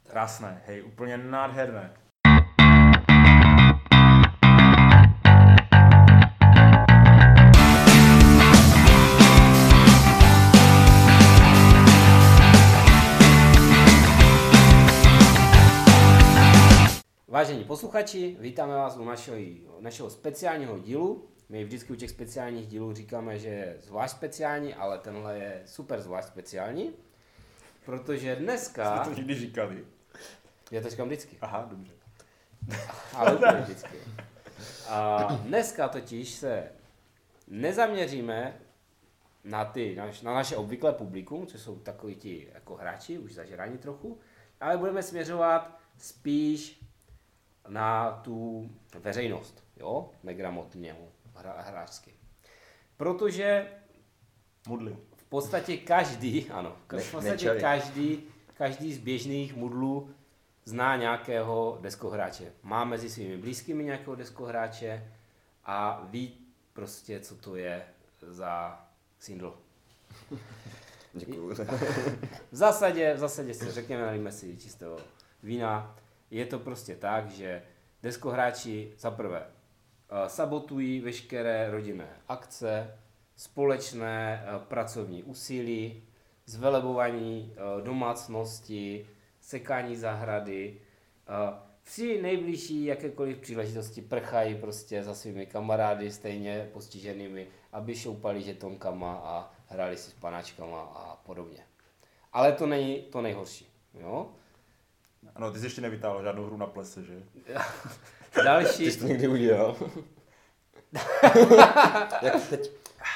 Krásné, hej, úplně nádherné. Vážení posluchači, vítáme vás u našeho speciálního dílu. My vždycky u těch speciálních dílů říkáme, že je zvlášť speciální, ale tenhle je super zvlášť speciální. Protože dneska... Jste to nikdy říkali. Já to říkám vždycky. Aha, dobře. Ale úplně vždycky. A dneska totiž se nezaměříme na naše obvyklé publikum, což jsou takoví ti jako hráči, už zažraní trochu, ale budeme směřovat spíš na tu veřejnost, jo, negramotně hráčsky. Protože Mudly. v podstatě každý z běžných mudlů zná nějakého deskohráče. Má mezi svými blízkými nějakého deskohráče a ví prostě, co to je za sindl. Děkuju. V zásadě si řekněme, nalíme si čistého vína. Je to prostě tak, že deskohráči zaprvé sabotují veškeré rodinné akce, společné pracovní úsilí, zvelebování domácnosti, sekání zahrady. Při nejbližší jakékoliv příležitosti prchají prostě za svými kamarády stejně postiženými, aby šoupali žetonkama a hráli si s panáčkama a podobně. Ale to není to nejhorší, jo? Ano, ty jsi ještě nevytáhl žádnou hru na plese, že? Další... Ty jsi to někdy udělal? Jak teď?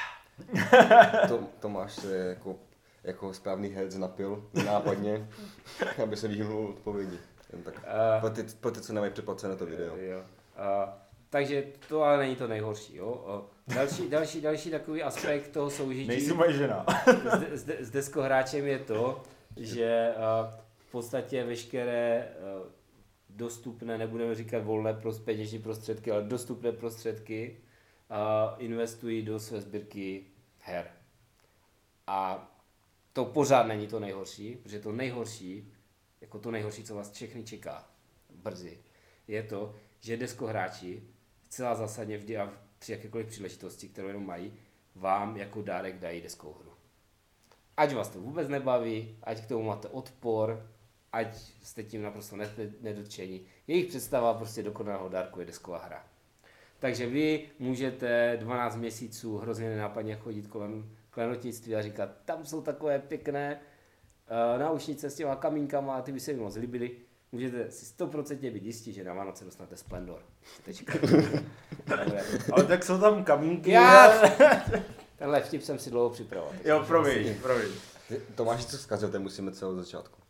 Tomáš se jako správný herec napil nápadně, aby se vyhnul odpovědi. Jen tak pro ty, co nemají předplacené to video. Jo. Takže to ale není to nejhorší. Jo? Další takový aspekt toho soužití Nejsi moje žena. s deskohráčem je to, že v podstatě veškeré dostupné, nebudeme říkat volné peněžní prostředky, ale dostupné prostředky investují do své sbírky her. A to pořád není to nejhorší, protože to nejhorší, jako to nejhorší, co vás všechny čeká brzy, je to, že deskohráči zcela zásadně vždy a při jakékoliv příležitosti, kterou jenom mají, vám jako dárek dají deskovou hru. Ať vás to vůbec nebaví, ať k tomu máte odpor, ať jste tím naprosto nedotčení. Jejich představa prostě dokonalého dárku je desková hra. Takže vy můžete 12 měsíců hrozně nenápadně chodit kolem klenotnictví a říkat, tam jsou takové pěkné náušnice s těma kamínkama a ty by se mi moc líbily. Můžete si 100% být jistí, že na Vánoce dostanete Splendor. Ale tak jsou tam kamínky. Tenhle vtip jsem si dlouho připravoval. Jo, promiň. Tomáš, co zkazil, ten musíme celou začátku.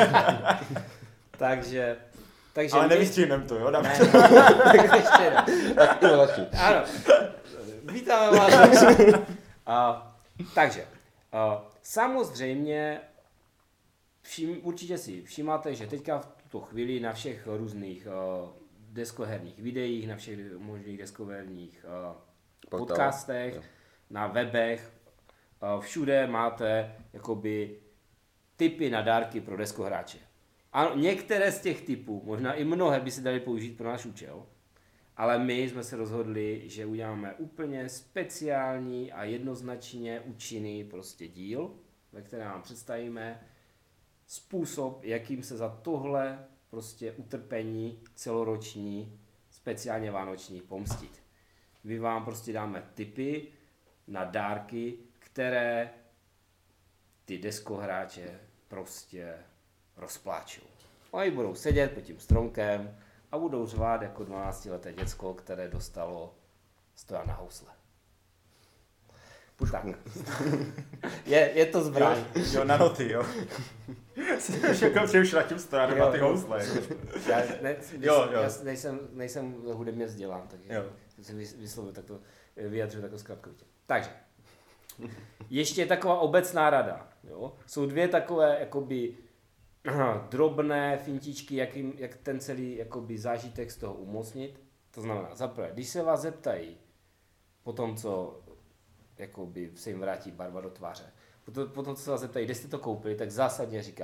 Takže ale nevystřihneme to, jo? Ne, ještě ne. Tak ano. Vítáme vás. Takže, samozřejmě určitě si všimáte, že teďka v tuto chvíli na všech různých deskoherních videích, na všech možných deskoherních podcastech, na webech, všude máte jakoby tipy na dárky pro deskohráče. Ano, některé z těch typů, možná i mnohé by se daly použít pro náš účel, ale my jsme se rozhodli, že uděláme úplně speciální a jednoznačně účinný prostě díl, ve kterém vám představíme způsob, jakým se za tohle prostě utrpení celoroční, speciálně vánoční pomstit. My vám prostě dáme tipy na dárky, které ty deskohráče prostě rozpláčou. Oni budou sedět pod tím stromkem a budou řvát jako 12leté děcko, které dostalo stoja na housle. Pušku. Tak. Je to zbraň. Jo, na noty, jo. Jsi jako přemýšlel tím stoja na ty housle. Já nejsem hudebně vzdělán, takže si vyslovuji takto, vyjadřuji takto zkratkovitě. Takže, ještě taková obecná rada. Jo? Jsou dvě takové jakoby drobné fintičky, jak ten celý jakoby zážitek z toho umocnit. To znamená, zaprvé, když se vás zeptají po tom, co jakoby se jim vrátí barva do tváře, potom co se vás zeptají, kde jste to koupili, tak zásadně říkat,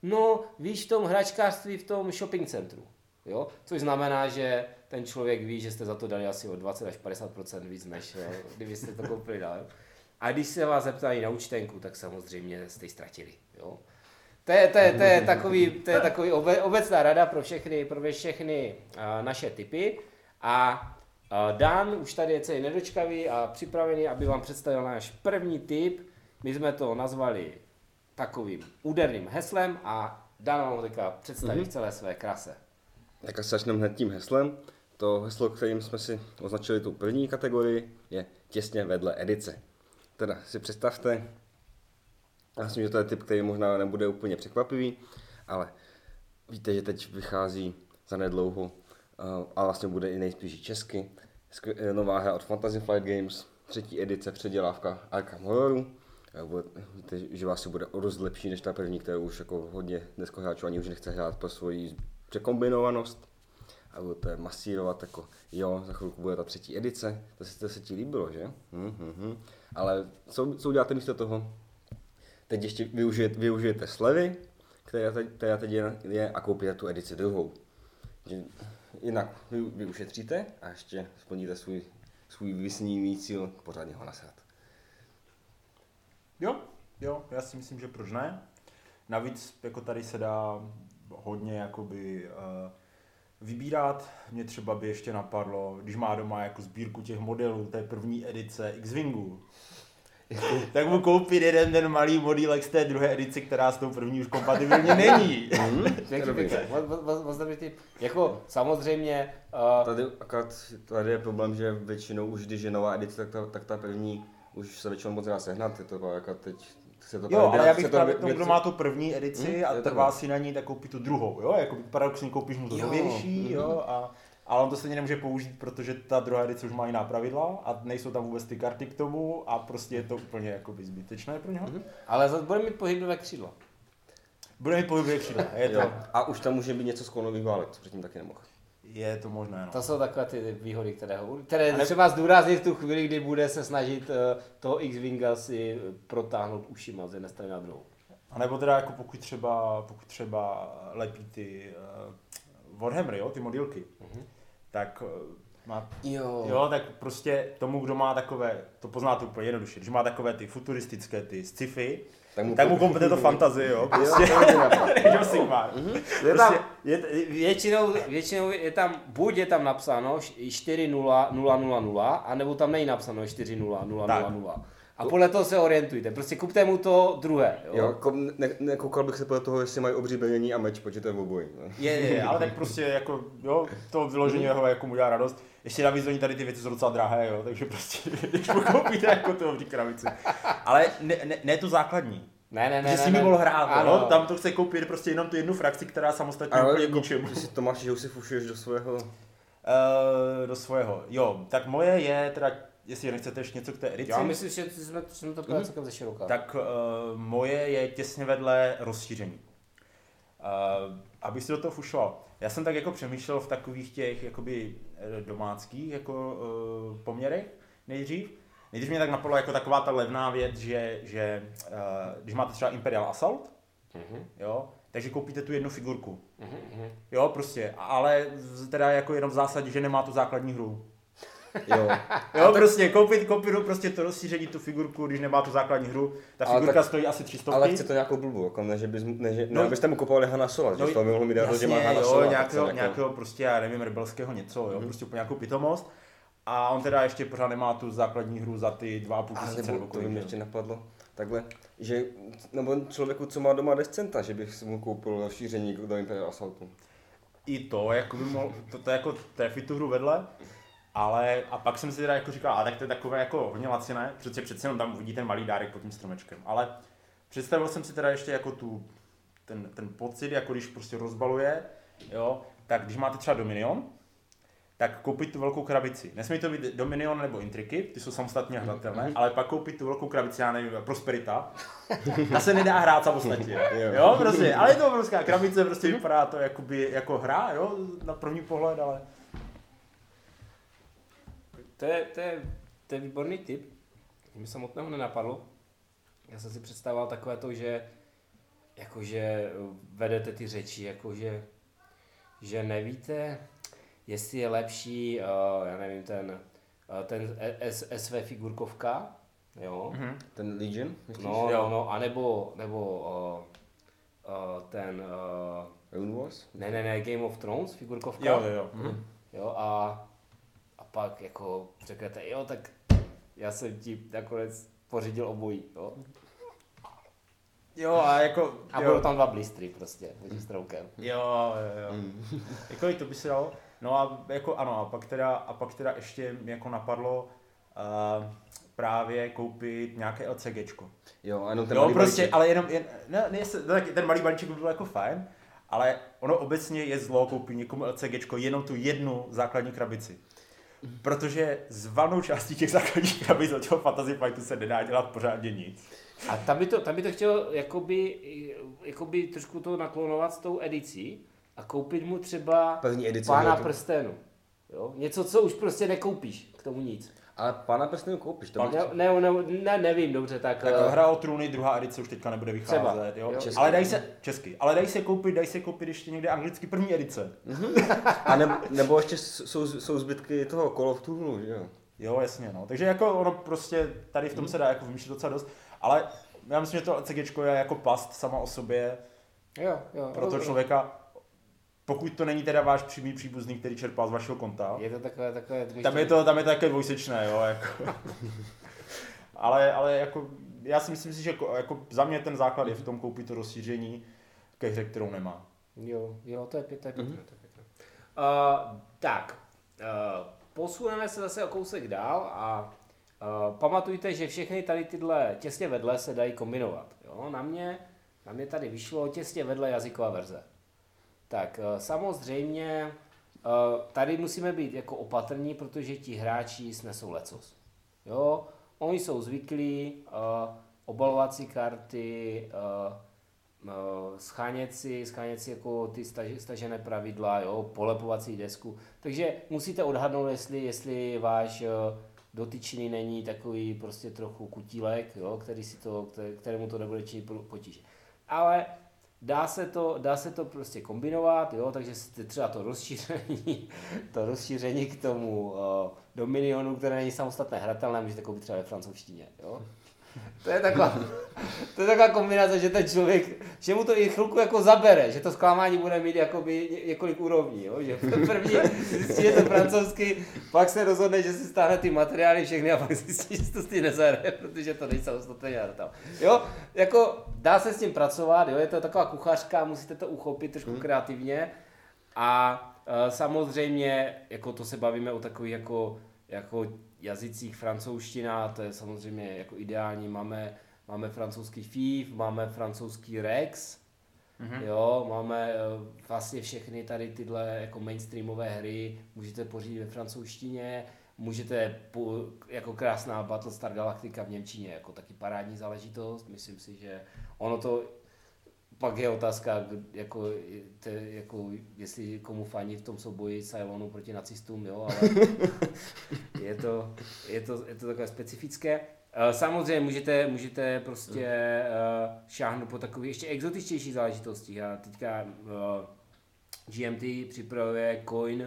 No, víš, v tom hračkářství, v tom shopping centru. Jo? Což znamená, že ten člověk ví, že jste za to dali asi o 20 až 50% víc, než kdybyste to koupili dál. A když se vás zeptají na účtenku, tak samozřejmě jste ji ztratili. Jo? To je takový obecná rada pro všechny naše tipy. A Dan už tady je celý nedočkavý a připravený, aby vám představil náš první tip. My jsme to nazvali takovým úderným heslem a Dan vám ho teďka představí v celé své krase. Tak asi začneme hned tím heslem. To heslo, kterým jsme si označili tu první kategorii, je těsně vedle edice. Teda si představte, já myslím, že to je tip, který možná nebude úplně překvapivý, ale víte, že teď vychází zanedlouho a vlastně bude i nejspíš česky nová hra od Fantasy Flight Games, 3. edice předělávka Arkham Horroru. Víte, že vás bude o dost lepší než ta první, kterou už jako hodně dneska hráčů ani už nechce hrát pro svoji překombinovanost. A budete masírovat jako, jo, za chvilku bude ta 3. edice, to se ti líbilo, že? Ale co uděláte místo toho? Teď ještě využijete slevy, která teď je a koupíte tu edici druhou. Jinak vy ušetříte a ještě splníte svůj vysněný cíl pořádně ho nasrat. Jo, já si myslím, že proč ne. Navíc jako tady se dá hodně jakoby vybírat. Mě třeba by ještě napadlo, když má doma jako sbírku těch modelů té první edice X-Wingu, tak mu koupit jeden ten malý modílek z té druhé edice, která s tou první už kompatibilně není. Jako samozřejmě... Tady je problém, že většinou už když je nová edice, tak ta první už se většinou moc dá sehnat. Je to jako teď se to jo, ale já bych právě tomu, kdo má tu první edici a trvá si na ní, tak koupí tu druhou. Jo? Jako paradoxně koupíš mu to novější, jo, ale on to stejně nemůže použít, protože ta druhá edice už má jiná pravidla a nejsou tam vůbec ty karty k tomu a prostě je to úplně jakoby zbytečné pro něho. Ale zase bude mít pohyblivé křídla. Bude mít pohyblivé křídla, je to. A už tam může být něco z klonových válek, co předtím taky nemohl. Je to možné, no. To jsou takové ty výhody, které třeba zdůraznit v tu chvíli, kdy bude se snažit toho X-Winga si protáhnout ušima z jedné strany na druhou. A nebo teda jako pokud třeba lepí ty Warhammery, jo, ty modílky, tak tak prostě tomu, kdo má takové, to poznáte úplně jednoduše, když má takové ty futuristické, ty sci-fi, tak mu koupíte to fantasy, jo, prostě. Většinou je tam, buď je tam napsáno 4.0.0.0.0, anebo tam není napsáno 4.0.0.0.0. A podle toho se orientujte, prostě kupte mu to druhé. Jo, nekoukal bych se podle toho, jestli mají obří brnění a meč, protože to je v obojí. Je, ale tak prostě jako, jo, to vyložení jeho jako mu dělá radost. Ještě navíc oni tady ty věci jsou docela drahé, jo, takže prostě, když mu koupíte jako tu obří krabici. Ale ne tu základní. Ne. Že si mi mohl hrát, no? Tam to chce koupit prostě jenom tu jednu frakci, která samostatně úplně k ničemu. Ale to máš, že už si fušuješ do svého? Do svého, jo, tak moje je teda, jestli nechcete ještě něco k té edici. Já myslím, že jsme to povedali celkem ze široka. Tak moje je těsně vedle rozšíření. Abych si do toho fušoval. Já jsem tak jako přemýšlel v takových těch jakoby domáckých jako poměrech nejdřív. Nejdřív mě tak napadlo jako taková ta levná věc, že když máte třeba Imperial Assault, jo, takže koupíte tu jednu figurku. Jo, prostě, ale teda jako jenom v zásadě, že nemá tu základní hru. Jo, prostě koupit prostě to rozšíření, tu figurku, když nemá tu základní hru, ta figurka tak, stojí asi 300. Ale chce to nějakou blbou, jako abyste mu kupovali Hanna Sola, že to by mohlo mít rád, že má Hanna Sola. Nějakého prostě, já nevím, rebelského něco, jo, prostě úplně nějakou pitomost. A on teda ještě pořád nemá tu základní hru za ty 2,5 tisíce nebo kolik. To by mě ještě napadlo takhle, že nebo člověku, co má doma descenta, že bych si mu koupil rozšíření do Imperial Assaultu. I to, jako by mohl, to jako trefit tu hru vedle. Ale a pak jsem si teda jako říkal, a tak to je takové jako hodně laciné, přece jenom tam uvidí ten malý dárek pod tím stromečkem. Ale představil jsem si teda ještě jako ten pocit, jako když prostě rozbaluje, jo, tak když máte třeba Dominion, tak koupit tu velkou krabici. Nesmí to být Dominion nebo Intriky, ty jsou samostatně hratelné, ale pak koupit tu velkou krabici, já nevím, Prosperita, ta se nedá hrát samostatně, jo, prostě, ale je to obrovská krabice, prostě vypadá to jakoby, jako hra, jo, na první pohled, ale... To je výborný tip, mi samotného nenapadlo. Já jsem si představoval takové to, že jakože vedete ty řeči, jakože že nevíte, jestli je lepší, já nevím, ten SV figurkovka, jo? Ten Legion? Myslíš? No, anebo ten... Rune Wars? Ne, Game of Thrones figurkovka. Jo. Jo, a pak jako řeknete, jo, tak já jsem ti nakonec pořídil obojí, jo. Jo, a jako... A budou tam 2 blistry prostě, mezi stroukem. Jo. Jako i to by se dalo. No a jako ano, a pak teda ještě mi jako napadlo právě koupit nějaké LCGčko. Jo, ano, ten jo, malý prostě, balíček. ale jenom, ten malý balíček by byl jako fajn, ale ono obecně je zlo koupit někomu LCGčko jenom tu jednu základní krabici. Protože s valnou částí těch základních krabic od toho Fantasy Fightu se nedá dělat pořádně nic. A tam by to chtělo jakoby trošku to naklonovat s tou edicí a koupit mu třeba Pána prstenů. Jo? Něco, co už prostě nekoupíš, k tomu nic. Ale Pána prstenů koupíš, to nevím, dobře, tak... Jako Hra o trůny, druhá edice už teďka nebude vycházet, třeba, jo? Ale dají se koupit ještě někde anglicky první edice. A nebo ještě jsou zbytky toho Call of Cthulhu, že jo? Jo, jasně, no. Takže jako ono prostě tady v tom se dá jako vymýšlet docela dost, ale já myslím, že to LCGčko je jako past sama o sobě pro toho člověka. Pokud to není teda váš přímý příbuzný, který čerpá z vašeho konta. Je to takové tam je to také dvojsečné, jo, jako. ale jako, já si myslím, že jako za mě ten základ je v tom koupit to rozšíření ke hře, kterou nemá. Jo, to je pěkné. Posuneme se zase o kousek dál a pamatujte, že všechny tady tyhle těsně vedle se dají kombinovat. Jo? Na mě tady vyšlo těsně vedle jazyková verze. Tak samozřejmě tady musíme být jako opatrní, protože ti hráči snesou lecos. Jo? Oni jsou zvyklí obalovací karty, schánět si jako ty stažené pravidla, jo? Polepovací desku. Takže musíte odhadnout, jestli váš dotyčný není takový prostě trochu kutílek, jo? Kterému to nebude činit potíže. Ale dá se to prostě kombinovat, jo, takže třeba to rozšíření k tomu Dominionu, které není samostatné hratelné, můžete koupit třeba ve francouzštině, jo. To je taková kombinace, že ten člověk, že mu to i chvilku jako zabere, že to zklamání bude mít jakoby několik úrovní, jo, že první zjistí, že to francouzsky, pak se rozhodne, že si stáhne ty materiály všechny a pak zjistí, že to s tím nezahraje, protože to nejsou samostatné hratel. Jo, jako dá se s tím pracovat, jo, je to taková kuchařka, musíte to uchopit trošku kreativně a samozřejmě, jako to se bavíme o takových jako jazycích francouzština, to je samozřejmě jako ideální, máme francouzský FIF, máme francouzský Rex, jo, máme vlastně všechny tady tyhle jako mainstreamové hry, můžete pořídit ve francouzštině, můžete jako krásná Battlestar Galactica v němčině, jako taky parádní záležitost, myslím si, že ono to pak je otázka, jako jestli komu fandí v tom souboji Cylonu proti nacistům, jo, ale je to takové specifické. Samozřejmě můžete prostě šáhnout po takových ještě exotičtějších záležitostích. A teďka GMT připravuje coin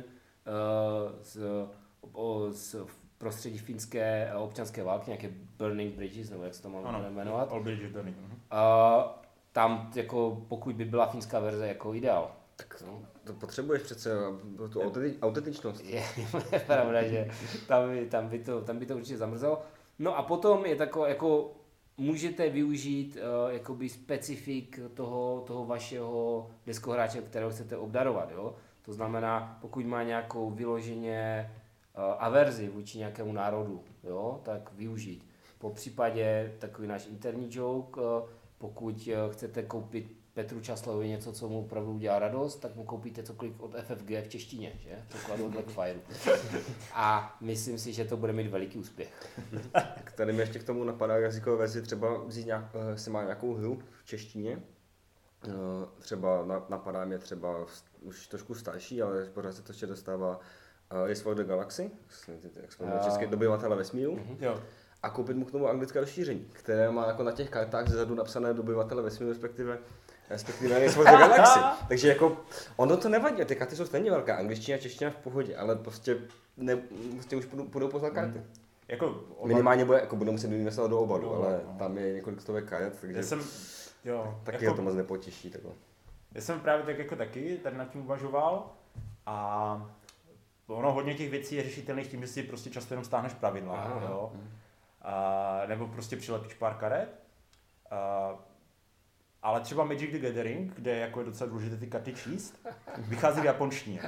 z prostředí finské občanské války, nějaké Burning Bridges, nebo jak se to máme jmenovat. All Bridges Burning. Tam jako pokud by byla finská verze jako ideál. Tak to potřebuješ přece tu autentičnost. Je pravda, že tam by to určitě zamrzelo. No a potom je takové, jako můžete využít jakoby specifik toho vašeho deskohráče, kterého chcete obdarovat. Jo? To znamená, pokud má nějakou vyloženě averzi vůči nějakému národu, jo? Tak využít. Po případě takový náš interní joke, pokud chcete koupit Petru Časlovi něco, co mu opravdu udělá radost, tak mu koupíte cokoliv od FFG v češtině, že? Překlad od Blackfire. A myslím si, že to bude mít veliký úspěch. Tak tady mi ještě k tomu napadá jazykové verzi, třeba vzít si má nějakou hru v češtině. Třeba napadá mě třeba už trošku starší, ale pořád se to ještě dostává Race for the Galaxy, jak jsme české dobyvatele vesmíru. Jo. A koupit mu k tomu anglické rozšíření, které má jako na těch kartách zezadu napsané dobyvatele vesmíru, respektive Respektive nejsou do Galaxy. Takže jako, ono to nevadí, ty karty jsou stejně velká, angličtina, čeština v pohodě, ale prostě už půjdou poslat karty. Jako minimálně budou muset investovat do obalu, ale tam je několik stovek karet, takže taky jako, to moc nepotěší. Takhle. Já jsem právě taky tady nad tím uvažoval a ono hodně těch věcí je řešitelných tím, že si prostě často jenom stáhneš pravidla, jo? Nebo prostě přilepíš pár karet. Ale třeba Magic the Gathering, kde jako je docela důležité ty karty číst, vychází v japonštině.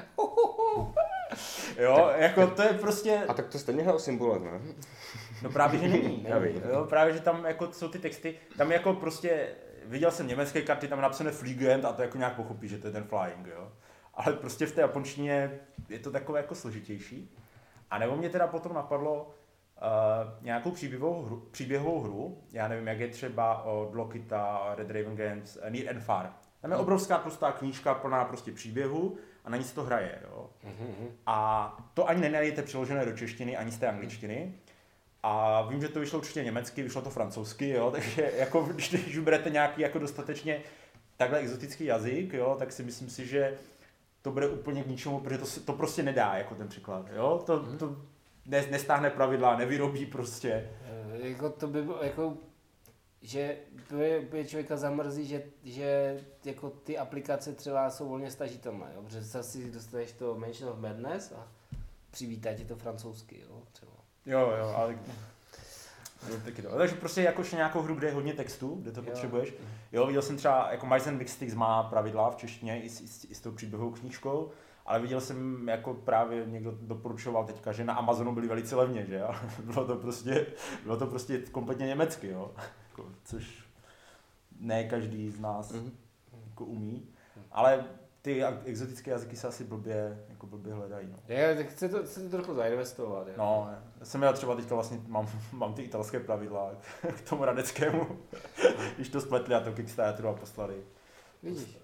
Jo, jako to je prostě... A tak to stejně o symbolech, ne? No právě, že není. Jo, právě, že tam jako jsou ty texty, tam jako prostě, viděl jsem německé karty, tam napsané Fliegend a to jako nějak pochopí, že to je ten flying, jo. Ale prostě v té japonštině je to takové jako složitější. A nebo mě teda potom napadlo nějakou příběhovou hru, já nevím, jak je třeba od Lokita, Red Raven Games, Near and Far. Tam je obrovská prostá knížka plná prostě příběhu a na ní se to hraje, jo. A to ani nenajdete přeložené do češtiny, ani z té angličtiny. A vím, že to vyšlo určitě německy, vyšlo to francouzsky, jo, takže jako, když berete nějaký jako dostatečně takhle exotický jazyk, jo, tak si myslím si, že to bude úplně k ničemu, protože to prostě nedá, jako ten překlad, jo, to nestáhne pravidla, nevyrobí prostě. Jako to by bylo, jako, že by člověka zamrzí, že jako ty aplikace třeba jsou volně stažitelné, jo, protože si dostaneš to Mansion of Madness a přivítá ti to francouzsky, jo, třeba. Jo, ale taky to. Takže prostě jakož nějakou hru, kde je hodně textu, kde to potřebuješ. Jo, viděl jsem třeba, jako Mice and Mystics má pravidla v češtině i s tou příběhovou knížkou, ale viděl jsem, jako právě někdo doporučoval teďka, že na Amazonu byly velice levně, že jo. Bylo to prostě kompletně německy, jo. Jako, což ne každý z nás jako umí, ale ty exotické jazyky se asi blbě hledají. No. Tak chce to trochu zainvestovat. Jo. No, já jsem já třeba teďka vlastně mám ty italské pravidla k tomu radeckému, když to spletli a to Kickstarteru a poslali. Vidíš.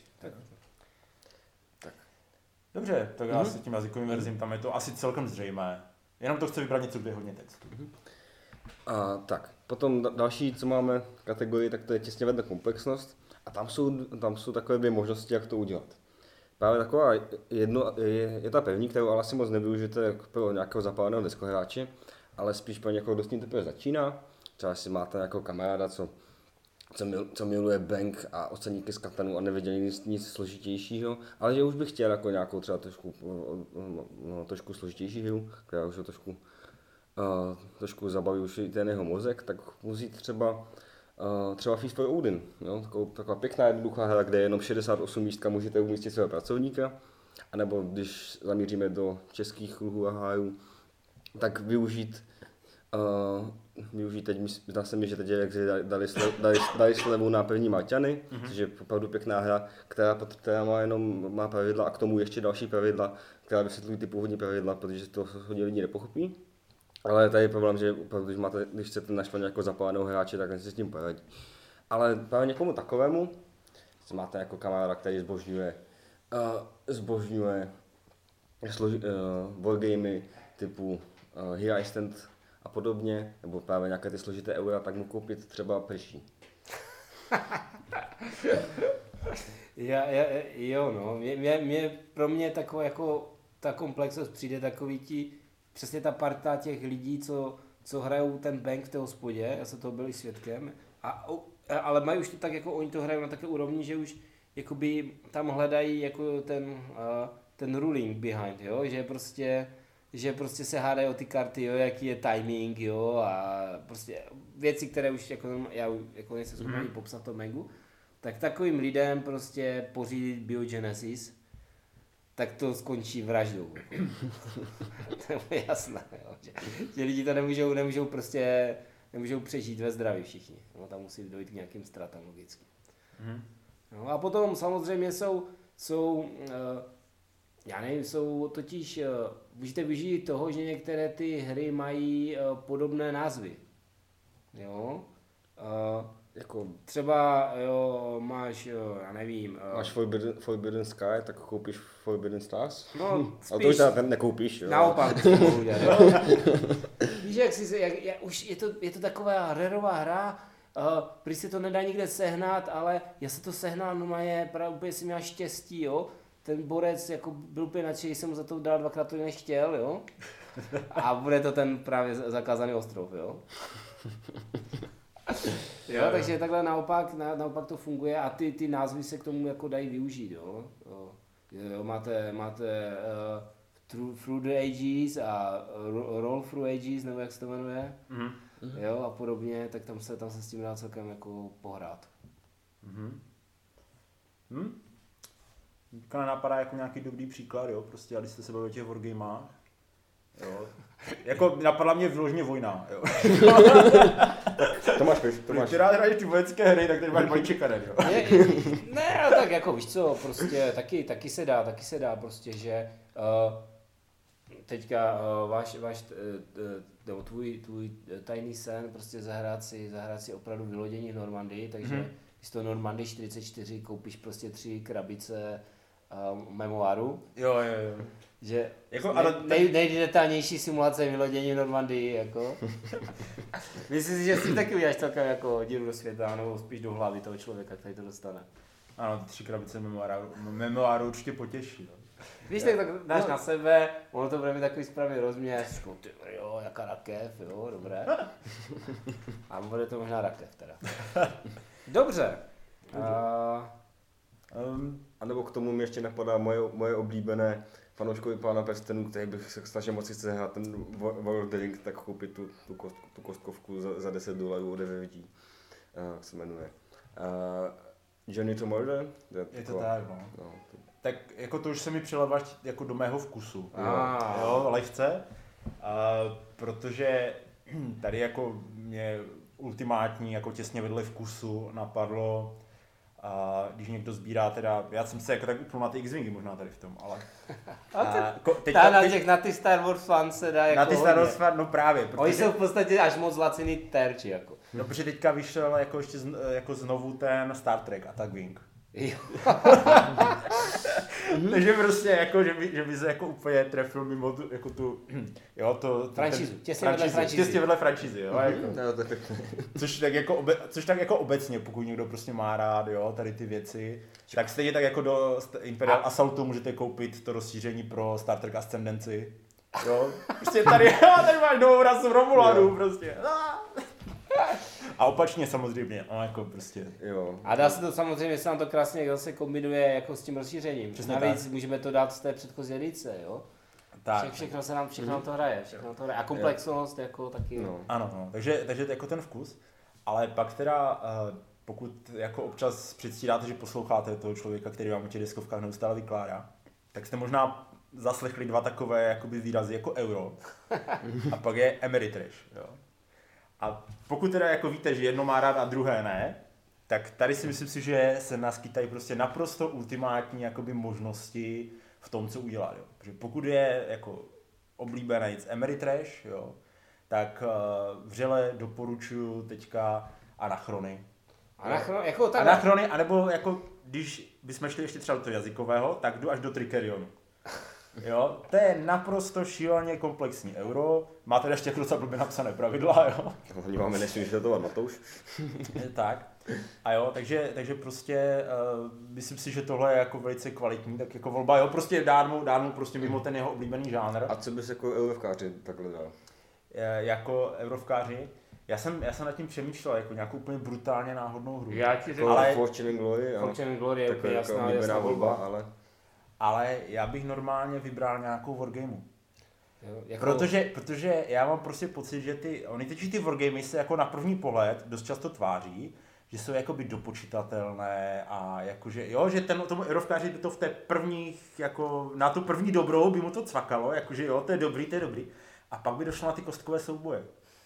Tak. Dobře, tak já si tím jazykovým verzím, tam je to asi celkem zřejmé. Jenom to chce vybrat něco, kde je hodně textu. A tak, potom další, co máme kategorii, tak to je těsně vedle komplexnost. A tam jsou takové dvě možnosti, jak to udělat. Právě taková je ta první, kterou ale asi moc nevyužijete pro nějakého zapáleného deskohráče, ale spíš pro někoho, kdo s tím teprve začíná. Třeba si máte nějakého kamaráda, co miluje bank a oceníky z Katanu a nevěděl nic složitějšího, ale že už bych chtěl jako nějakou třeba trošku složitější hru, která už ho trošku zabaví už i ten jeho mozek, tak musí třeba Feast for Odin, jo? Taková pěkná jednoduchá hra, kde jenom 68 místka můžete umístit svého pracovníka, anebo když zamíříme do českých luhů a hájů, tak využít teď, zdá se mi, že teď dali slevu na první Marťany, což je opravdu pěkná hra, která má pravidla a k tomu ještě další pravidla, která vysvětlují ty původní pravidla, protože to hodně lidí nepochopí. Ale tady je problém, že opravdu, když chcete naštvat nějakého zapáleného hráče, tak si s tím poradí. Ale právě někomu takovému, co máte jako kamaráda, který zbožňuje wargamey typu Here I Stand a podobně, nebo právě nějaké ty složité eura, tak mu koupit třeba prší. Pro mě taková jako ta komplexnost přijde takový přesně ta parta těch lidí, co hrajou ten bank v té hospodě, já jsem toho byl i svědkem, ale mají už to tak, jako oni to hrajou na takové úrovni, že už jakoby tam hledají jako ten ruling behind, jo? Že prostě se hádají o ty karty, jo? Jaký je timing, jo? A prostě věci, které už já jako nejsem schopný popsat to Mangu, tak takovým lidem prostě pořídit Biogenesis, tak to skončí vraždou. To je jasné, jo? Že lidi to nemůžou přežít ve zdraví všichni. No, tam musí dojít k nějakým ztrátám logicky. No, a potom samozřejmě jsou totiž, můžete využít toho, že některé ty hry mají podobné názvy. Jo? Jako třeba máš, já nevím. Máš Forbidden Sky, tak koupíš Forbidden Stars? No, spíš. Ale to už tam nekoupíš, jo? Naopak. Víš, už je to taková rareová hra, prý se to nedá nikde sehnat, ale já se to sehnal, no úplně jsem měl štěstí, jo. Ten borec jako byl úplně nadšený, jsem mu za to dal 2x to, než chtěl, jo. A bude to ten právě zakázaný ostrov, jo. Jo, takže takhle naopak to funguje a ty názvy se k tomu jako dají využít, jo. Jo, máte Through the Ages a Roll Through Ages, nebo jak se to jmenuje, jo, a podobně, tak tam se s tím dá celkem jako pohrát. Teďka nenapadá jako nějaký dobrý příklad, jo, prostě, a když jste se bavili o těch wargamách, jo, jako napadla mě vyloženě vojna, jo. To máš. Ty rád hraješ ty vojenské hry, tak tady máš balíček karet, jo. Ne, tak jako víš co, prostě taky se dá prostě, že teďka tvůj tajný sen, prostě zahrát si opravdu vylodění Normandii, takže místo Normandii 44 koupíš prostě 3 krabice memoáru. Jo. Že jako, nejdetailnější simulace vylodění v Normandii, jako. Myslím si, že si taky uděláš celkem jako díru do světa, nebo spíš do hlavy toho člověka, který to dostane. Ano, 3 krabice memoáru určitě potěší, jo. Víš, tak dáš na sebe, ono to bude mít takový správný rozměr, jo, jaká rakev, jo, dobré. A bude to možná rakev teda. Dobře. A nebo k tomu mi ještě napadá moje oblíbené fanouškovi Pána prstenů, který bych se snažil moc chce hrát ten World of the Ring, tak koupit tu kostkovku za $10 od DVG, jak se jmenuje. Journey to Murder? Je to tak, no. Tak jako to už se mi přileváš jako do mého vkusu, jo, lehce, protože tady jako mě ultimátní, jako těsně vedle vkusu napadlo, když někdo sbírá teda, já jsem se jako tak upnul na ty X-Wingy možná tady v tom, ale... Na ty Star Wars fans se dá jako na ty Star Wars fans, no právě. Oni jsou v podstatě až moc laciný terči, jako. No protože teďka vyšel jako ještě jako znovu ten Star Trek Attack Wing. Takže prostě jako, že by se jako úplně trefil mimo tu, jako tu, jo, to... Franšízu, těsně vedle franšízy, jo, jako. Což tak jako obecně, pokud někdo prostě má rád, jo, tady ty věci, tak stejně tak jako do Imperial Assaultu můžete koupit to rozšíření pro Star Trek Ascendancy, jo, prostě tady máš novou rasu Romulanů, prostě. A opačně samozřejmě, no jako prostě. Jo. A dá se to samozřejmě, se nám to krásně zase kombinuje jako s tím rozšířením. Přesně navíc tak. Můžeme to dát z té předchozí edice, jo? Tak. Všechno nám to hraje, A komplexnost jako taky. No. Ano, no. Takže jako ten vkus, ale pak teda, pokud jako občas předstíráte, že posloucháte toho člověka, který vám o těch deskovkách neustále vykládá, tak jste možná zaslechli 2 takové jakoby výrazy jako euro a pak je Ameritrash, jo. A pokud teda jako víte, že jedno má rád a druhé ne, tak tady si myslím si, že se naskytají prostě naprosto ultimátní jakoby možnosti v tom, co udělat, jo. Protože pokud je jako oblíbenec Ameritrash, jo, tak vřele doporučuji teďka Anachrony. Anachrony, anebo jako když bychom šli ještě třeba do toho jazykového, tak jdu až do Tricerionu. Jo, to je naprosto šíleně komplexní euro, má teda ještě docela blbě napsané pravidla, jo. Oni máme nesmí vysvětlovat, Matouš. Tak, a jo, takže prostě myslím si, že tohle je jako velice kvalitní, tak jako volba, jo, prostě dát mu prostě mimo ten jeho oblíbený žánr. A co bys jako eurovkáři takhle dal? Jako eurovkáři? Já jsem nad tím přemýšlel, jako nějakou úplně brutálně náhodnou hru. Já ti řeknu, ale Fortune and Glory, Fortune and Glory je úplně jasná volba, ale já bych normálně vybral nějakou wargameu. Jo, jako... Protože já mám prostě pocit, že ty wargamey se jako na první pohled dost často tváří, že jsou jakoby dopočitatelné a jakože, jo, že tomu eurovkáři by to v té první, jako na tu první dobrou by mu to cvakalo, jakože jo, to je dobrý. A pak by došlo na ty kostkové souboje.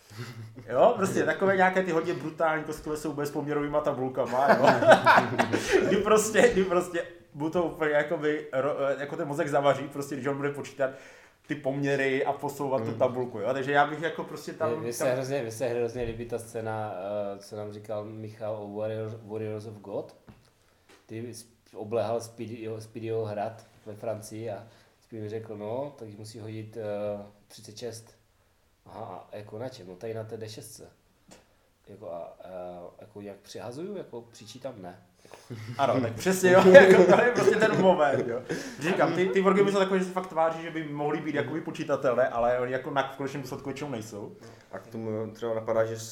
Jo, prostě takové nějaké ty hodně brutální kostkové souboje s poměrovýma tabulkama, jo. kdy prostě mu to úplně jako ten mozek zavaří, prostě když on bude počítat ty poměry a posouvat tu tabulku, jo, takže já bych jako prostě tam... Mně se hrozně líbí ta scéna, co nám říkal Michal o Warriors of God. Ty oblehal Speedyho hrad ve Francii a Speedy mi řekl, no, takže musí hodit 36. Aha, a jako na čem? No tady na té D6. jako jak přihazuju, jako přičítám, ne. Ano, tak přesně, jo, jako to je prostě ten moment, jo. Říkám, ty wargamey jsou takové, že se fakt tváří, že by mohly být jakoby počítatelné, ale oni jako v konečném důsledku většinou nejsou. A k tomu třeba napadá, že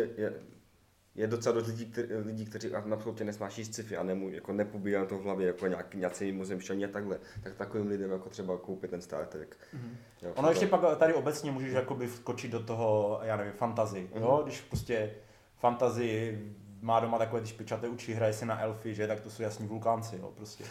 je docela dost lidí, kteří absolutně nesnáší sci-fi a jako nepobírají to v hlavě jako nějací mimozemšťaní a takhle. Tak takovým lidem jako třeba koupit ten Star Trek. Jo, ono ještě pak tady obecně můžeš jakoby vskočit do toho, já nevím, fantasy, jo, když prostě fantasy má doma takové ty špičaté uči, hraje si na elfy, že, tak to jsou jasní vulkánci, jo, prostě.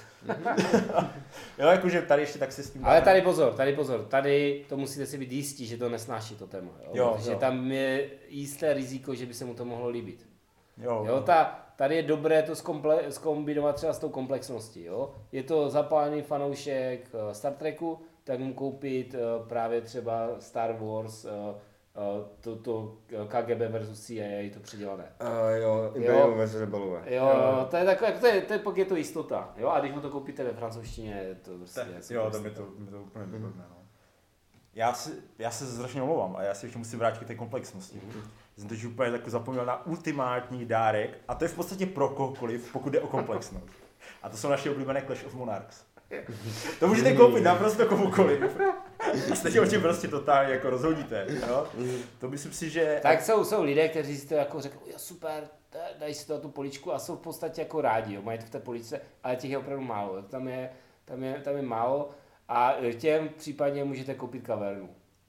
Jo, jakože tady ještě tak se s tím... Ale tady pozor, tady to musíte si být jistí, že to nesnáší to téma, jo, protože tam je jisté riziko, že by se mu to mohlo líbit. Jo, tady je dobré to zkombinovat třeba s tou komplexností, jo. Je to zapálený fanoušek Star Treku, tak mu koupit právě třeba Star Wars, to KGB versus CIA, to předělané. Jo, Imperium versus Rebelové. Jo, to je takové, pak je to jistota, jo, a když mu to koupíte ve francouzštině, je to prostě... Jo, to mi to úplně vypadne, no. Já se strašně omlouvám, a já si ještě musím vrátit k té komplexnosti. Jsem teď úplně tak zapomněl na ultimátní dárek, a to je v podstatě pro kohokoliv, pokud jde o komplexnost. A to jsou naše oblíbené Clash of Monarchs. To můžete koupit naprosto komukoliv. A stejně o tím prostě totálně jako rozhodíte, jo? To myslím si, že... Tak jsou lidé, kteří si to jako řeknou, jo super, dají si to na tu poličku a jsou v podstatě jako rádi, jo? Mají to v té poličce, ale těch je opravdu málo. Tam je málo a těm případně můžete koupit kavernu.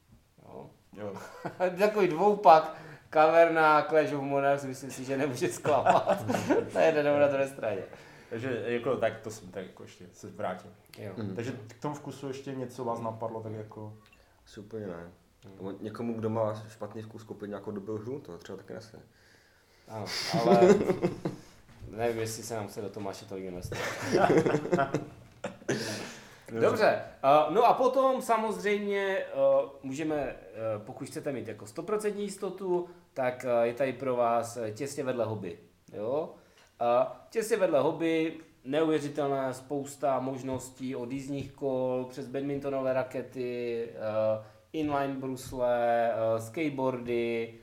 Jo. Takový dvoupak, kaverna, Clash of Monarchs, myslím si, že nemůže zklamat. To je jeden na druhé straně. Takže jako, tak to jsem tak jako ještě se vrátím. Takže k tomu vkusu ještě něco vás napadlo, tak jako... Super, ne. Někomu, kdo má špatný vkus, koupit nějakou dobrou hru, to třeba taky nese. Ano, ale nevím, jestli se nám chce do Tomáše tolik investovat. Dobře, no a potom samozřejmě můžeme, pokud chcete mít jako 100% jistotu, tak je tady pro vás těsně vedle hobby. Jo? Těsně vedle hobby, neuvěřitelná spousta možností od jízdních kol, přes badmintonové rakety, inline brusle, skateboardy.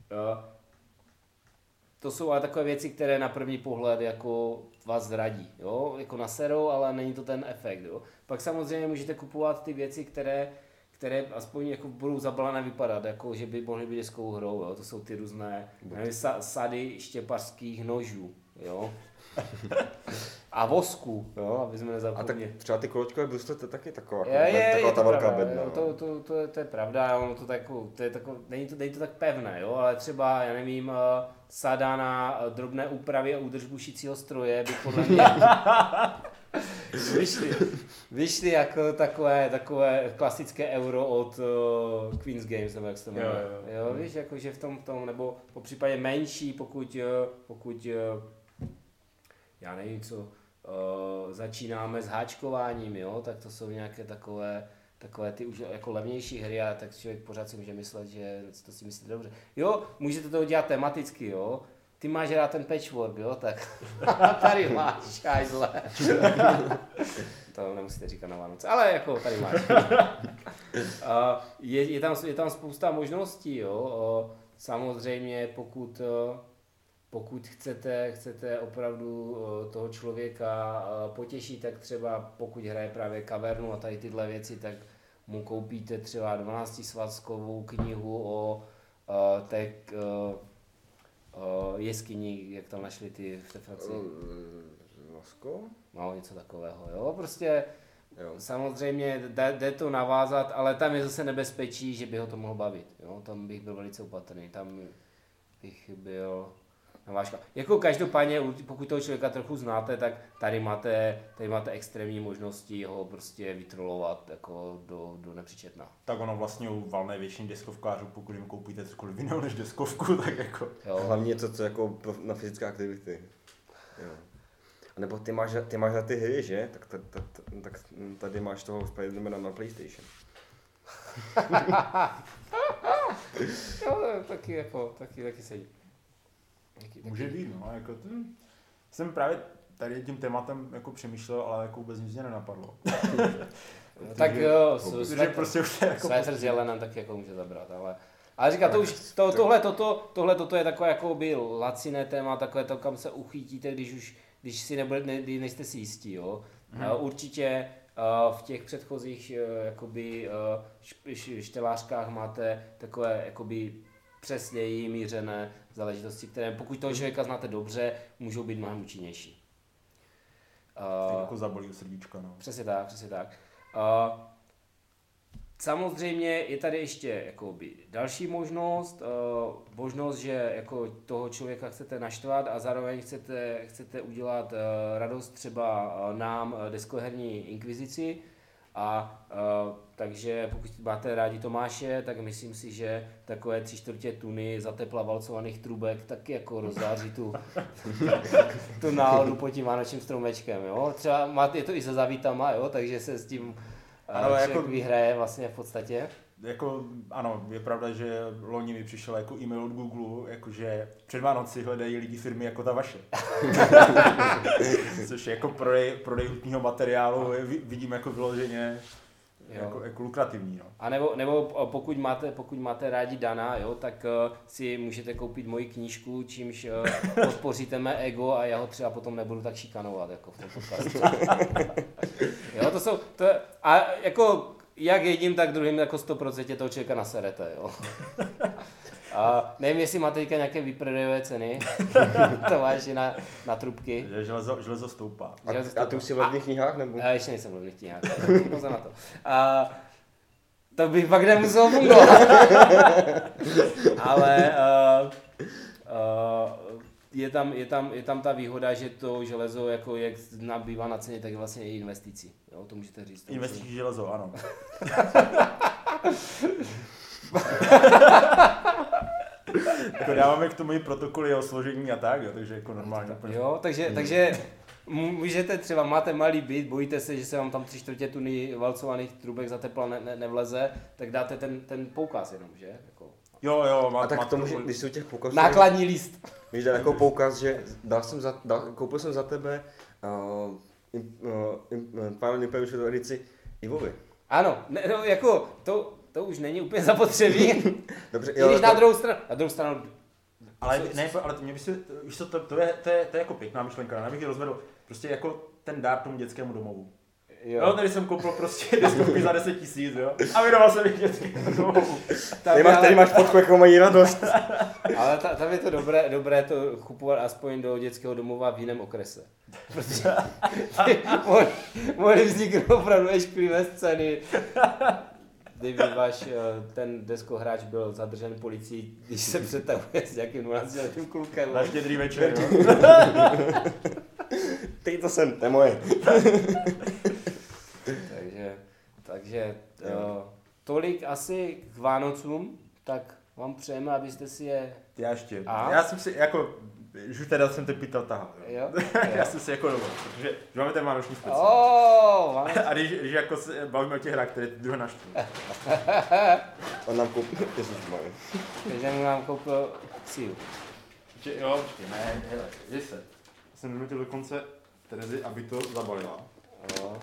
To jsou ale takové věci, které na první pohled jako vás zradí, jo? Jako naserou, ale není to ten efekt. Jo? Pak samozřejmě můžete kupovat ty věci, které aspoň jako budou zabalené vypadat, jako že by mohly být deskovou hrou. Jo? To jsou ty různé sady štěpařských nožů. Jo? A vosku, jo, aby jsme nezapomněli. A tak třeba ty kolečkové brusle, to je taky taková ta velká bedna. To je pravda, ono není to tak pevné, jo, ale třeba, já nevím, sada na drobné úpravy a údržbu šicího stroje by podle mě vyšly jako takové klasické euro od Queen's Games, nebo jak se to jmenuje. Jo, víš, jakože v tom, nebo po případě menší, pokud já nevím co, začínáme s háčkováním, jo, tak to jsou nějaké takové ty už jako levnější hry a tak člověk pořád si může myslet, že to si myslíte dobře. Jo, můžete to udělat tematicky, jo. Ty máš rád ten patchwork, jo, tak tady máš, hajzle. To nemusíte říkat na Vánoce, ale jako tady máš. Je tam spousta možností, jo. Samozřejmě pokud chcete opravdu toho člověka potěšit, tak třeba pokud hraje právě kavernu a tady tyhle věci, tak mu koupíte třeba 12svazkovou knihu o té jeskyni, jak tam našli ty v té Francii. Lasko? No, něco takového, jo, prostě jo. Samozřejmě jde to navázat, ale tam je zase nebezpečí, že by ho to mohlo bavit, jo, tam bych byl velice opatrný, tam bych byl navážka. Jako každopádně, pokud toho člověka trochu znáte, tak tady máte extrémní možnosti ho prostě vytrolovat jako do nepříčetna. Tak ono vlastně u valné většiny deskovkářů, pokud jim koupíte cokoliv jiného než deskovku, tak jako... Jo. Hlavně něco, co jako na fyzické aktivity. Jo. A nebo ty máš na ty hry, že? Tak tady máš toho Spidermana na PlayStation. Jo, taky sedí. Může být, no, jako jsem právě tady tím tématem jako přemýšlel, ale jako vůbec nic mě nenapadlo. Tak jo, prostě už jako svetr s jelenem taky jako může zabrat, ale Ale říká, tohle je takové jakoby laciné téma, takové to, kam se uchytíte, když si nejste si jistí, jo. Určitě v těch předchozích jakoby štelářkách máte takové jakoby přesněji mířené záležitosti, které pokud toho člověka znáte dobře, můžou být mnohem účinnější. Jako zabolí srdíčka, no. Přesně tak. Samozřejmě je tady ještě jakoby další možnost, že jako toho člověka chcete naštvat a zároveň chcete udělat radost třeba nám, deskoherní inkvizici. Takže pokud máte rádi Tomáše, tak myslím si, že takové 3/4 tuny zatepla valcovaných trubek taky jako rozzáří tu náladu pod tím vánočním stromečkem. Jo? Třeba je to i se zavítama, jo? Takže se s tím jako vyhraje vlastně v podstatě. Jako, ano, je pravda, že loni mi přišel jako e-mail od Google, jakože před Vánoci hledají lidi firmy jako ta vaše. Což je jako prodej hutního materiálu, vidím jako vyloženě jako lukrativní. No. A nebo pokud máte rádi Dana, jo, tak si můžete koupit moji knížku, čímž podpoříte mé ego a já ho třeba potom nebudu tak šikanovat jako v tom podcastu. Jo, a jako jak jedním, tak druhým jako 100% toho člověka naserete, jo. A nevím, jestli máte teďka nějaké vyprodejové ceny, to máš na trubky. Železo stoupá. A ty už jsi v levných knihách, nebo? Já ještě nejsem v levných knihách, pozor na to. To bych pak nemusel fungovat. Ale je tam ta výhoda, že to železo, jako jak nabývá na ceně, tak je vlastně i investicí. Jo, to můžete říct. Investiční železo, ano. Jako dáváme k tomu i protokoly o složení a tak, jo, takže jako normálně. Jo, takže můžete třeba, máte malý byt, bojíte se, že se vám tam 3/4 tuny valcovaných trubek za tepla nevleze, tak dáte ten poukaz jenom, že? Jako. Jo, a tak to může, když jsou těch poukazů... Nákladní list. Víš, dá jako poukaz, že koupil jsem za tebe Final Impervious edici Ivovi. Ano, no, jako to už není úplně zapotřebí. Dobře, jo, když na druhou stranu. Ale mě by si, víš co, to je jako pěkná myšlenka, já bych ji rozvedl, prostě jako ten dár tomu dětskému domovu. Jo. No, tady jsem koupil prostě deskovky za 10 000, jo. A věnoval jsem jich dětskému domovu. Tady máš fotku, jako mají radost. Ale tam je to dobré to kupovat aspoň do dětského domova v jiném okrese. Protože mohly vzniknout opravdu šklivé scény. Kdyby ten deskohráč byl zadržen policií, když se přetahuje s nějakým 12letým klukem. Na Štědrý večer, jo. Teď to jsem, to je moje. Takže tolik asi k Vánocům, tak vám přejeme, abyste si je... Já jsem si jako, už teda jsem ty pytel tahal. Jo? Já jsem si jako dovolil, protože máme ten vánoční speciál. A když jako se bavíme o těch hrách, které ty druhé naštvu. On nám koupil, Takže mu nám koupil Xiu. Jo, ne, hele, že se. Jsem donutil dokonce Terezy, aby to zabalila. Jo.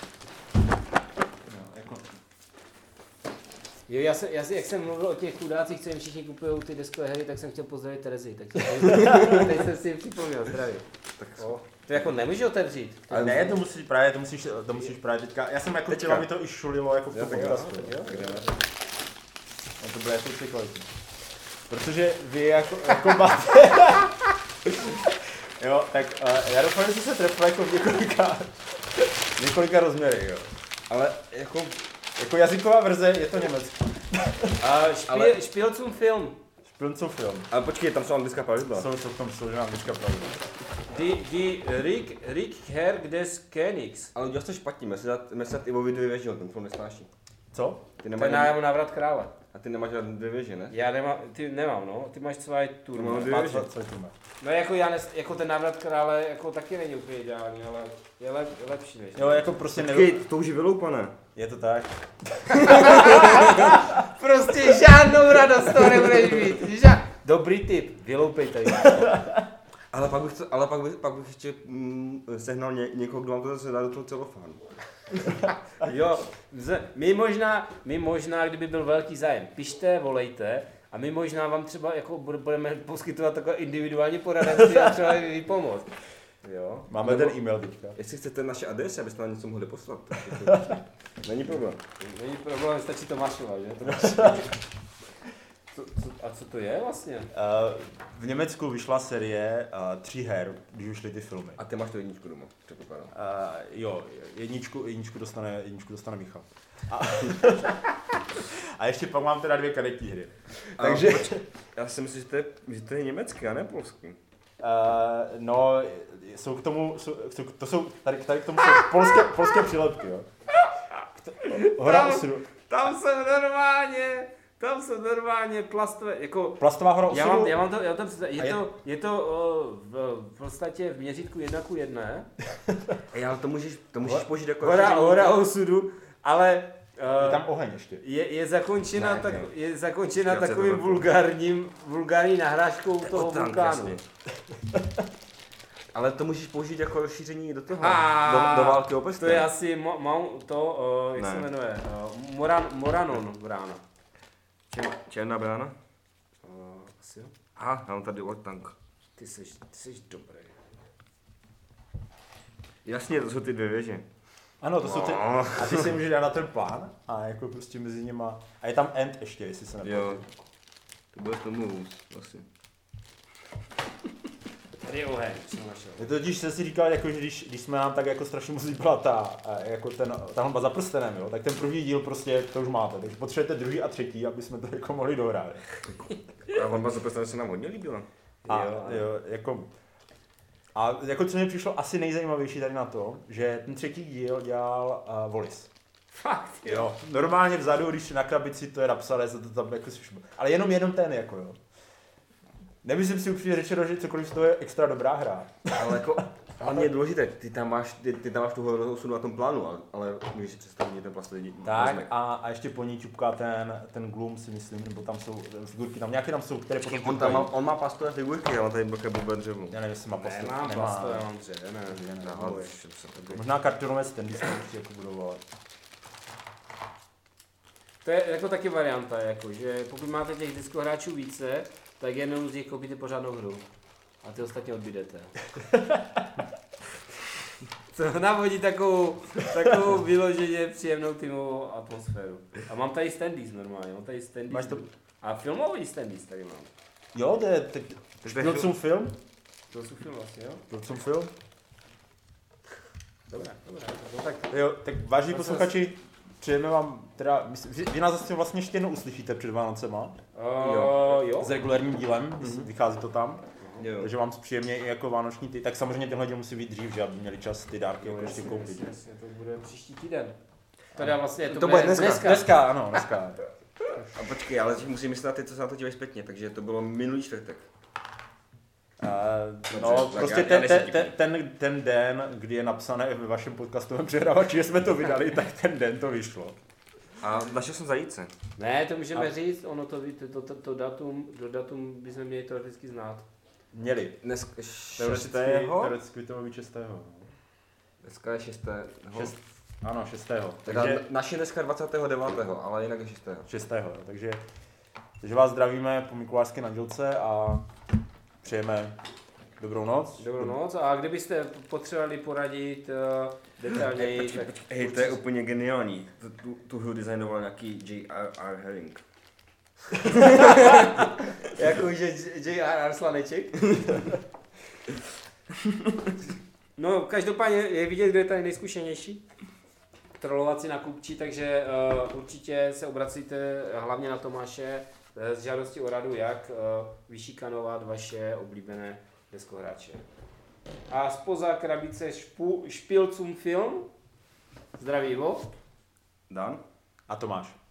Jako... Jo, jak jsem mluvil o těch chudácích, co jim všichni kupují ty deskové hry, tak jsem chtěl pozdravit Terezi. Tak teď jsem si připomněl, zdravím. To jako nemůžeš otevřít. Ale ne, to musíš právě teďka. Já jsem jako chtěla, mi to i šulilo jako v tom podcastu. To bude jako kvalitní. Protože vy jako máte... Jo, tak já doufám, že se trefil jako v několika rozměry, jo. Ale jako jazyková verze je to německý. Špilcům film. Ale počkej, tam jsou anglická pravidla. Jsou anglická pravidla. Die Rückkehr des Königs. Ale udělal jsi to špatně, myslet Ivovi 2 věže, ten film nesnáší. Co? Ty nemáš návrat krále. A ty nemáš 2 věže, ne? Já nemám, no. Ty máš celý tur. Mám 2 věže. No jako ten návrat krále jako taky není úplně ideální, ale je lepší než. Jo, jako prostě to už je vyloupané. Je to tak. Prostě žádnou radost z toho nebudeš mít. Dobrý tip, vyloupejte ji. Ale pak bych ještě sehnal někoho, kdo vám to zase dá do toho celofánu. Jo, my možná, kdyby byl velký zájem, pište, volejte A my možná vám třeba jako budeme poskytovat takové individuální poradenství a třeba i pomoct. Jo. Máme ten e-mail teďka. Jestli chcete naše adresy, abyste nám něco mohli poslat. Není problém. Není problém, stačí to mašovat, že? A co to je vlastně? V Německu vyšla série 3 her, když už šly ty filmy. A ty máš tu jedničku doma, předpokládám. Jo, jedničku dostane Michal. A ještě pak mám teda 2 kadetní hry. Takže... Já si myslím, že to je německý a ne polský. No, jsou k tomu, tady k tomu jsou polské přílepky, jo. Hora osudu. Tam jsou normálně plastové, jako... Plastová hora osudu. Já mám to je to v podstatě v měřítku 1:1. Ale to můžeš použít jako... Hora osudu, ale... Je tam oheň ještě. Je zakončena takovým vulgární nahrážkou toho vulkánu. Ale to můžeš použít jako rozšíření do toho, do války o prsten. To je asi jak se jmenuje, Moranon brána. Černá brána? Asi jo. Aha, já mám tady tank. Ty jsi dobrý. Jasně, to jsou ty 2 věže. Ano, to jsou ty. A ty si můžeš dát na ten plán a jako prostě mezi nima. A je tam end ještě, jestli se neplatí. Jo. To bude tomu asi. Tady je oheň, jsem našel. Je to totiž, jsem si říkal, jako, že když jsme nám tak jako strašně moc líbila ta honba za prstenem, jo, tak ten první díl prostě to už máte, takže potřebujete druhý a třetí, aby jsme to jako mohli dohrát. A honba za prstenem se nám hodně líbila. A jako co mi přišlo asi nejzajímavější tady na to, že ten 3. díl dělal Wallis. Fakt, jo. Normálně vzadu, když na krabici to je napsané, se to tam jako ale jenom ten jako jo. Nemyslím si upřímně řečeno, že cokoliv z toho je extra dobrá hra. Ale jako, hlavně je důležité, ty tam máš tu horu osudu na tom plánu, ale můžeš si představit ten plastový tak a ještě po ní čupká ten Gloom, si myslím, nebo tam jsou figurky, tam nějaké tam jsou, které potom on má plastové figurky, ale tady bloké blbé dřevo. Já nevím, jestli má plastové. Nemám plastové, mám dřevo, Možná kartonové standy jsme určitě jako budovali. To je jako taky varianta, jako, že pokud máte těch diskohráčů více, tak jednou z nich koupíte pořádnou hru. A ty ostatně odbydete. To navodí takovou vyloženě příjemnou týmovou atmosféru. A mám tady standees normálně, Máš to? A filmový standees tady mám. Jo, to je film? Film vlastně, jo. Film? Dobré. Tak vážení posluchači, přejeme vám, teda, vy nás zase vlastně ještě jednou uslyšíte před Vánocema. Jo. S regulárním dílem, vychází to tam. Jo. Takže vám příjemně i jako vánoční tak samozřejmě tenhle díl musí být dřív, že aby měli čas ty dárky ještě koupit. Jasně, to bude příští týden. Teda vlastně to bude dneska. Dneska. A počkej, ale musím myslet na ty, co se na to dívají zpětně, takže to bylo minulý čtvrtek. Prostě ten den, kdy je napsané ve vašem podcastovém přehrávači, že jsme to vydali, tak ten den to vyšlo. A našel jsem zajíce. Ne, to můžeme říct, ono to do datum bychom měli teoreticky znát. Měli. Dneska 6. Teoreticky to být 6. Dneska je 6. Ano, 6. Takže naši dneska 29. ale jinak je 6. 6. Takže vás zdravíme po mikulášské nadělce a přejeme dobrou noc. Dobrou noc a kdybyste potřebovali poradit detailněji, tak... Hej, to je úplně geniální. Tu hru designoval nějaký J.R.R. Herring. Jakože J.R.R. Slaneček? No, každopádně je vidět, kdo je tady nejzkušenější. Trolovací nakupčí, takže určitě se obracíte hlavně na Tomáše s žádostí o radu, jak vyšikanovat vaše oblíbené deskohráče. A spoza krabice Špilcum Film. Zdraví, Ivo. Dan. A Tomáš.